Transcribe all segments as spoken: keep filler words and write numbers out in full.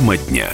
Тема дня.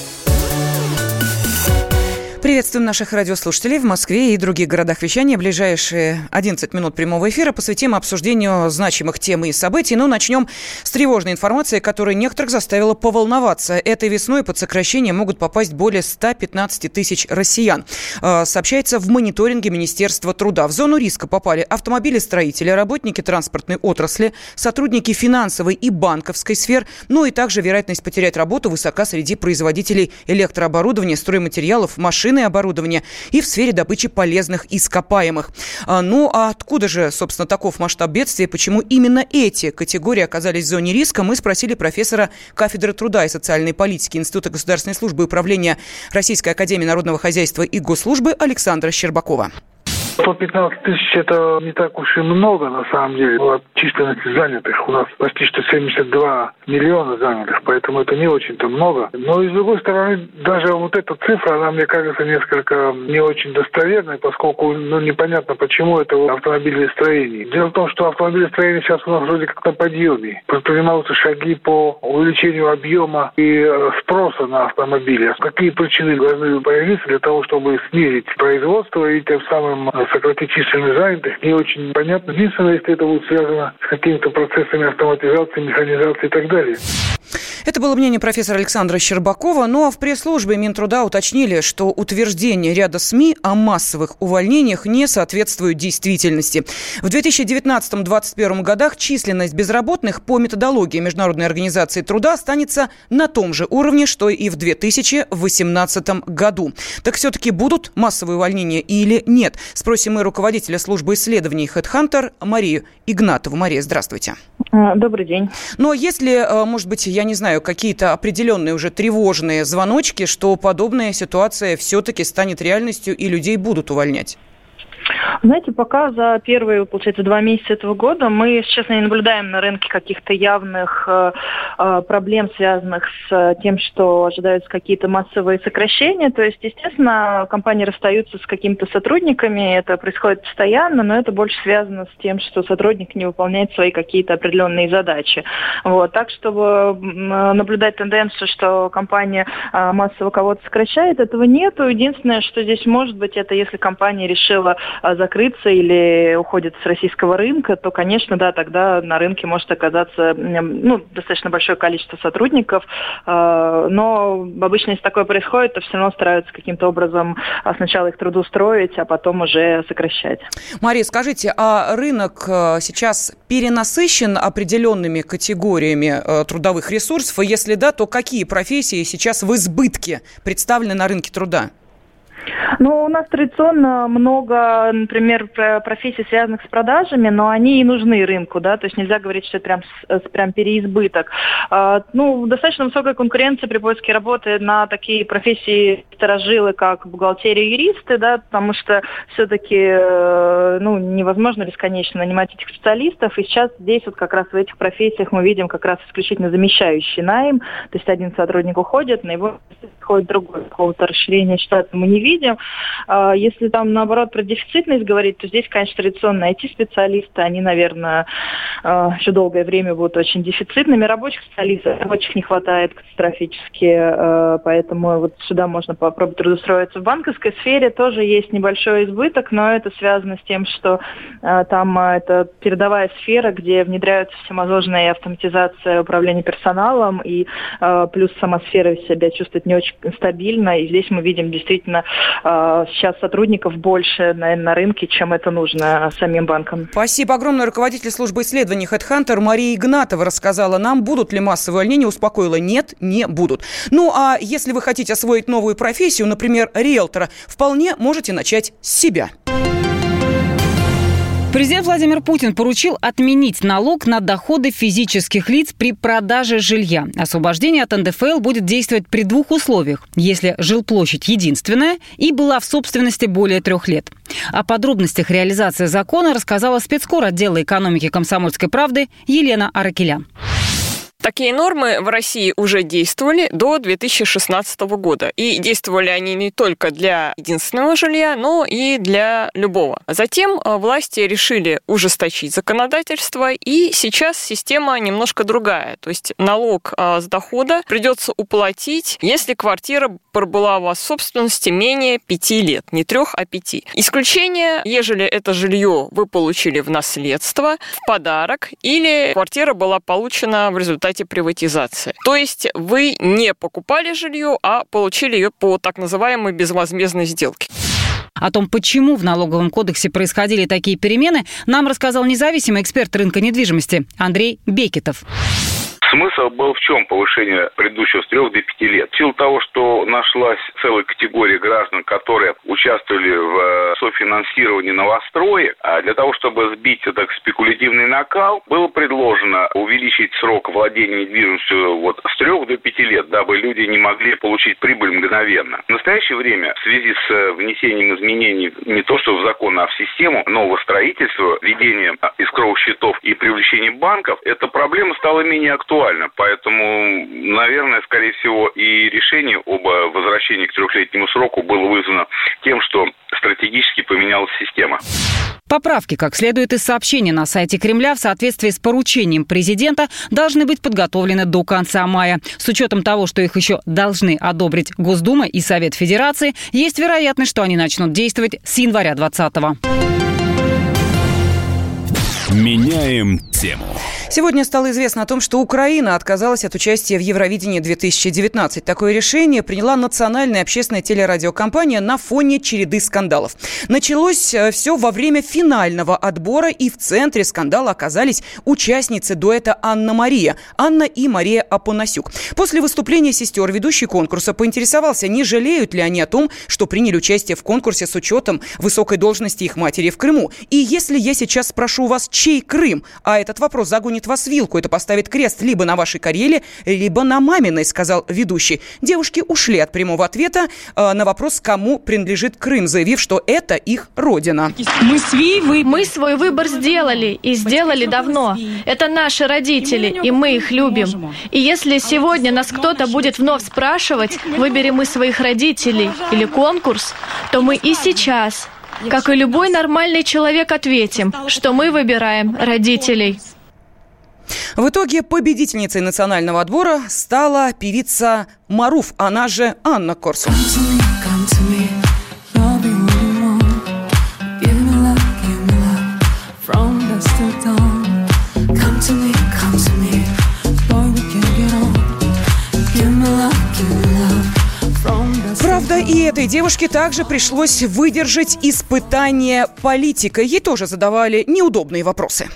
Приветствуем наших радиослушателей в Москве и других городах вещания. Ближайшие одиннадцать минут прямого эфира посвятим обсуждению значимых тем и событий. Но начнем с тревожной информации, которая некоторых заставила поволноваться. Этой весной под сокращение могут попасть более ста пятнадцати тысяч россиян. Сообщается в мониторинге Министерства труда. В зону риска попали автомобилестроители, работники транспортной отрасли, сотрудники финансовой и банковской сфер. Ну и также вероятность потерять работу высока среди производителей электрооборудования, стройматериалов, машин и оборудования и в сфере добычи полезных ископаемых. Ну, а откуда же, собственно, таков масштаб бедствия? Почему именно эти категории оказались в зоне риска? Мы спросили профессора кафедры труда и социальной политики Института государственной службы и управления Российской академии народного хозяйства и госслужбы Александра Щербакова. сто пятнадцать тысяч – это не так уж и много, на самом деле, от численности занятых. У нас почти что семьдесят два миллиона занятых, поэтому это не очень-то много. Но, и с другой стороны, даже вот эта цифра, она, мне кажется, несколько не очень достоверной, поскольку ну, непонятно, почему это в автомобилестроении. Дело в том, что автомобилестроение сейчас у нас вроде как на подъеме. Предпринимаются шаги по увеличению объема и спроса на автомобили. Какие причины должны появиться для того, чтобы снизить производство и тем самым сократить численность занятых, не очень понятно. Единственное, если это будет связано с какими-то процессами автоматизации, механизации и так далее. Это было мнение профессора Александра Щербакова. Ну а в пресс-службе Минтруда уточнили, что утверждение ряда СМИ о массовых увольнениях не соответствует действительности. В две тысячи девятнадцатом — две тысячи двадцать первом годах численность безработных по методологии Международной организации труда останется на том же уровне, что и в две тысячи восемнадцатом году. Так все-таки будут массовые увольнения или нет? Спросим мы руководителя службы исследований HeadHunter Марию Игнатову. Мария, здравствуйте. Добрый день. Но есть ли, может быть, я не знаю, какие-то определенные уже тревожные звоночки, что подобная ситуация все-таки станет реальностью и людей будут увольнять? Знаете, пока за первые, получается, два месяца этого года мы, честно, не наблюдаем на рынке каких-то явных э, э, проблем, связанных с тем, что ожидаются какие-то массовые сокращения. То есть, естественно, компании расстаются с какими-то сотрудниками, это происходит постоянно, но это больше связано с тем, что сотрудник не выполняет свои какие-то определенные задачи. Вот. Так, чтобы наблюдать тенденцию, что компания э, массово кого-то сокращает, этого нету. Единственное, что здесь может быть, это если компания решила закрыться или уходит с российского рынка, то, конечно, да, тогда на рынке может оказаться ну, достаточно большое количество сотрудников. Но обычно, если такое происходит, то все равно стараются каким-то образом сначала их трудоустроить, а потом уже сокращать. Мария, скажите, а рынок сейчас перенасыщен определенными категориями трудовых ресурсов? И если да, то какие профессии сейчас в избытке представлены на рынке труда? Ну, у нас традиционно много, например, профессий, связанных с продажами, но они и нужны рынку, да, то есть нельзя говорить, что это прям, прям переизбыток. А, ну, достаточно высокая конкуренция при поиске работы на такие профессии старожилы, как бухгалтерия и юристы, да, потому что все-таки, ну, невозможно бесконечно нанимать этих специалистов, и сейчас здесь вот как раз в этих профессиях мы видим как раз исключительно замещающий найм, то есть один сотрудник уходит, на его приходит другой, какого-то расширения штата мы не видим. Если там, наоборот, про дефицитность говорить, то здесь, конечно, традиционно ай ти-специалисты, они, наверное, еще долгое время будут очень дефицитными. Рабочих специалистов, рабочих не хватает катастрофически, поэтому вот сюда можно попробовать трудоустроиться. В банковской сфере тоже есть небольшой избыток, но это связано с тем, что там это передовая сфера, где внедряются всевозможные автоматизация управления персоналом, и плюс сама сфера себя чувствует не очень стабильно, и здесь мы видим действительно сейчас сотрудников больше, наверное, на рынке, чем это нужно самим банкам. Спасибо огромное. Руководитель службы исследований HeadHunter Мария Игнатова рассказала нам, будут ли массовые увольнения. Успокоила: нет, не будут. Ну, а если вы хотите освоить новую профессию, например, риэлтора, вполне можете начать с себя. Президент Владимир Путин поручил отменить налог на доходы физических лиц при продаже жилья. Освобождение от эн дэ эф эл будет действовать при двух условиях: если жилплощадь единственная и была в собственности более трех лет. О подробностях реализации закона рассказала спецкор отдела экономики «Комсомольской правды» Елена Аракелян. Такие нормы в России уже действовали до две тысячи шестнадцатого года. И действовали они не только для единственного жилья, но и для любого. Затем власти решили ужесточить законодательство, и сейчас система немножко другая. То есть налог с дохода придется уплатить, если квартира пробыла у вас в собственности менее пяти лет. Не трех, а пяти. Исключение, ежели это жилье вы получили в наследство, в подарок, или квартира была получена в результате приватизации. То есть вы не покупали жилье, а получили ее по так называемой безвозмездной сделке. О том, почему в налоговом кодексе происходили такие перемены, нам рассказал независимый эксперт рынка недвижимости Андрей Бекетов. Смысл был в чем повышение предыдущего с трех до пяти лет? В силу того, что нашлась целая категория граждан, которые участвовали в софинансировании новостроек, а для того, чтобы сбить этот спекулятивный накал, было предложено увеличить срок владения недвижимостью вот с трех до пяти лет, дабы люди не могли получить прибыль мгновенно. В настоящее время, в связи с внесением изменений не то что в закон, а в систему нового строительства, введением искровых счетов и привлечением банков, эта проблема стала менее актуальной. Поэтому, наверное, скорее всего, и решение об возвращении к трехлетнему сроку было вызвано тем, что стратегически поменялась система. Поправки, как следует из сообщения на сайте Кремля, в соответствии с поручением президента, должны быть подготовлены до конца мая. С учетом того, что их еще должны одобрить Госдума и Совет Федерации, есть вероятность, что они начнут действовать с января двадцатого. Меняем тему. Сегодня стало известно о том, что Украина отказалась от участия в Евровидении две тысячи девятнадцать. Такое решение приняла национальная общественная телерадиокомпания на фоне череды скандалов. Началось все во время финального отбора, и в центре скандала оказались участницы дуэта Анна-Мария, Анна и Мария Апанасюк. После выступления сестер ведущий конкурса поинтересовался, не жалеют ли они о том, что приняли участие в конкурсе с учетом высокой должности их матери в Крыму. И если я сейчас спрошу вас, чей Крым, а этот вопрос загонит вас в вилку, это поставит крест либо на вашей карьере, либо на маминой, сказал ведущий. Девушки ушли от прямого ответа э, на вопрос, кому принадлежит Крым, заявив, что это их родина. Мы свой выбор, мы свой выбор сделали и сделали давно. Это наши родители, и мы их любим. И если сегодня нас кто-то будет вновь спрашивать, выберем мы своих родителей или конкурс, то мы и сейчас, как и любой нормальный человек, ответим, что мы выбираем родителей. В итоге победительницей национального отбора стала певица Маруф, она же Анна Корсун. Правда, и этой девушке также пришлось выдержать испытание политика. Ей тоже задавали неудобные вопросы.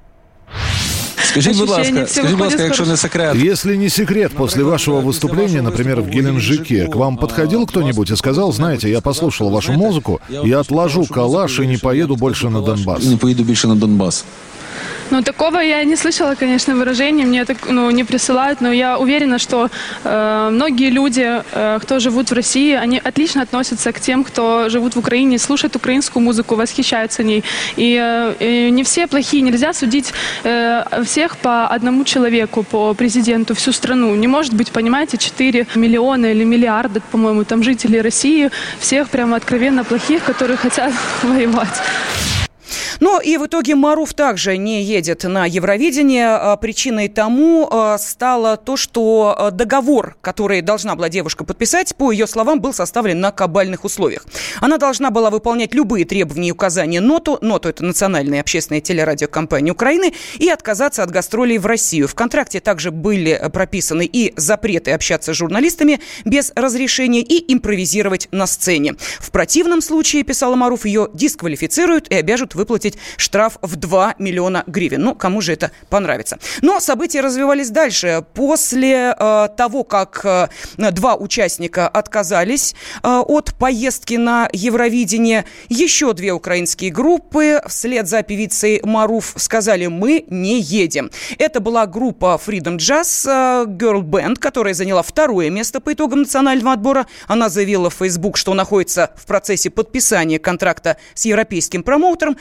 Скажіть, будь ласка, скажіть, будь ласка, якщо не секрет. Если не секрет, после вашего выступления, например, в Геленджике, к вам подходил кто-нибудь и сказал, знаете, я послушал вашу музыку, я отложу калаш и не поеду больше на Донбасс? Не поеду больше на Донбасс. Ну, такого я не слышала, конечно, выражения, мне так, ну, не присылают, но я уверена, что э, многие люди, э, кто живут в России, они отлично относятся к тем, кто живут в Украине, слушают украинскую музыку, восхищаются ней. И, э, и не все плохие, нельзя судить э, всех по одному человеку, по президенту, всю страну. Не может быть, понимаете, четыре миллиона или миллиарда, по-моему, там жителей России, всех прямо откровенно плохих, которые хотят воевать. Но и в итоге Маруф также не едет на Евровидение. Причиной тому стало то, что договор, который должна была девушка подписать, по ее словам, был составлен на кабальных условиях. Она должна была выполнять любые требования и указания НОТУ, НОТУ – это национальная общественная телерадиокомпания Украины, и отказаться от гастролей в Россию. В контракте также были прописаны и запреты общаться с журналистами без разрешения и импровизировать на сцене. В противном случае, писала Маруф, ее дисквалифицируют и обяжут выплатить штраф в два миллиона гривен. Ну, кому же это понравится. Но события развивались дальше. После э, того, как э, два участника отказались э, от поездки на Евровидение, еще две украинские группы вслед за певицей Маруф сказали: мы не едем. Это была группа Freedom Jazz э, Girl Band, которая заняла второе место по итогам национального отбора. Она заявила в Facebook, что находится в процессе подписания контракта с европейским промоутером и намерена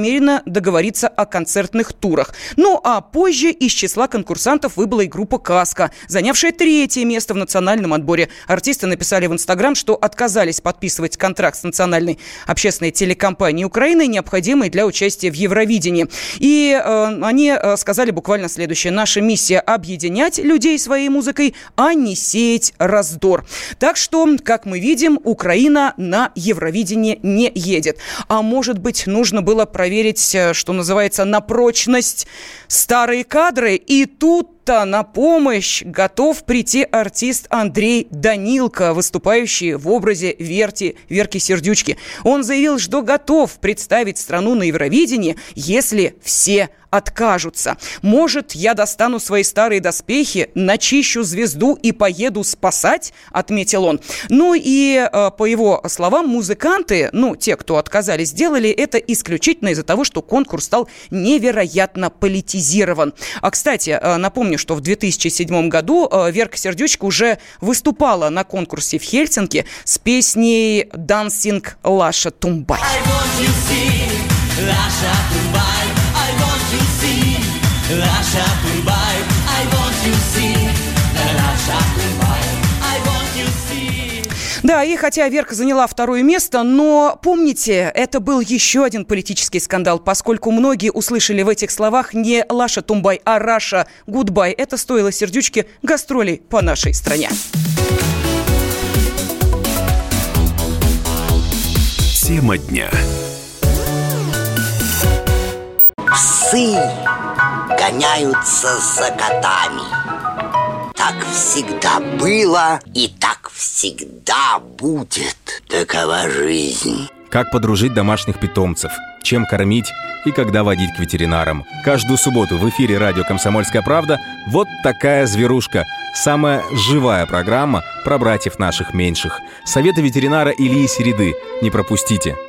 намерена договориться о концертных турах. Ну а позже из числа конкурсантов выбыла и группа «Казка», занявшая третье место в национальном отборе. Артисты написали в Инстаграм, что отказались подписывать контракт с национальной общественной телекомпанией Украины, необходимой для участия в Евровидении. И э, они э, сказали буквально следующее: наша миссия — объединять людей своей музыкой, а не сеять раздор. Так что, как мы видим, Украина на Евровидение не едет. А может быть, нужно было проверить, что называется, на прочность старые кадры. И тут-то на помощь готов прийти артист Андрей Данилко, выступающий в образе Верти, Верки Сердючки. Он заявил, что готов представить страну на Евровидении, если все откажутся. Может, я достану свои старые доспехи, начищу звезду и поеду спасать, отметил он. Ну и, э, по его словам, музыканты, ну, те, кто отказались, сделали это исключительно из-за того, что конкурс стал невероятно политизирован. А, кстати, э, напомню, что в две тысячи седьмом году э, Верка Сердючка уже выступала на конкурсе в Хельсинки с песней «Dancing Лаша Тумбай». Да, и хотя Верка заняла второе место, но помните, это был еще один политический скандал, поскольку многие услышали в этих словах не «Лаша Тумбай», а «Раша Гудбай». Это стоило Сердючке гастролей по нашей стране. Тема дня. Псы гоняются за котами. Так всегда было и так всегда будет. Такова жизнь. Как подружить домашних питомцев, чем кормить и когда водить к ветеринарам. Каждую субботу в эфире радио «Комсомольская правда» вот такая зверушка. Самая живая программа про братьев наших меньших. Советы ветеринара Ильи Середы. Не пропустите.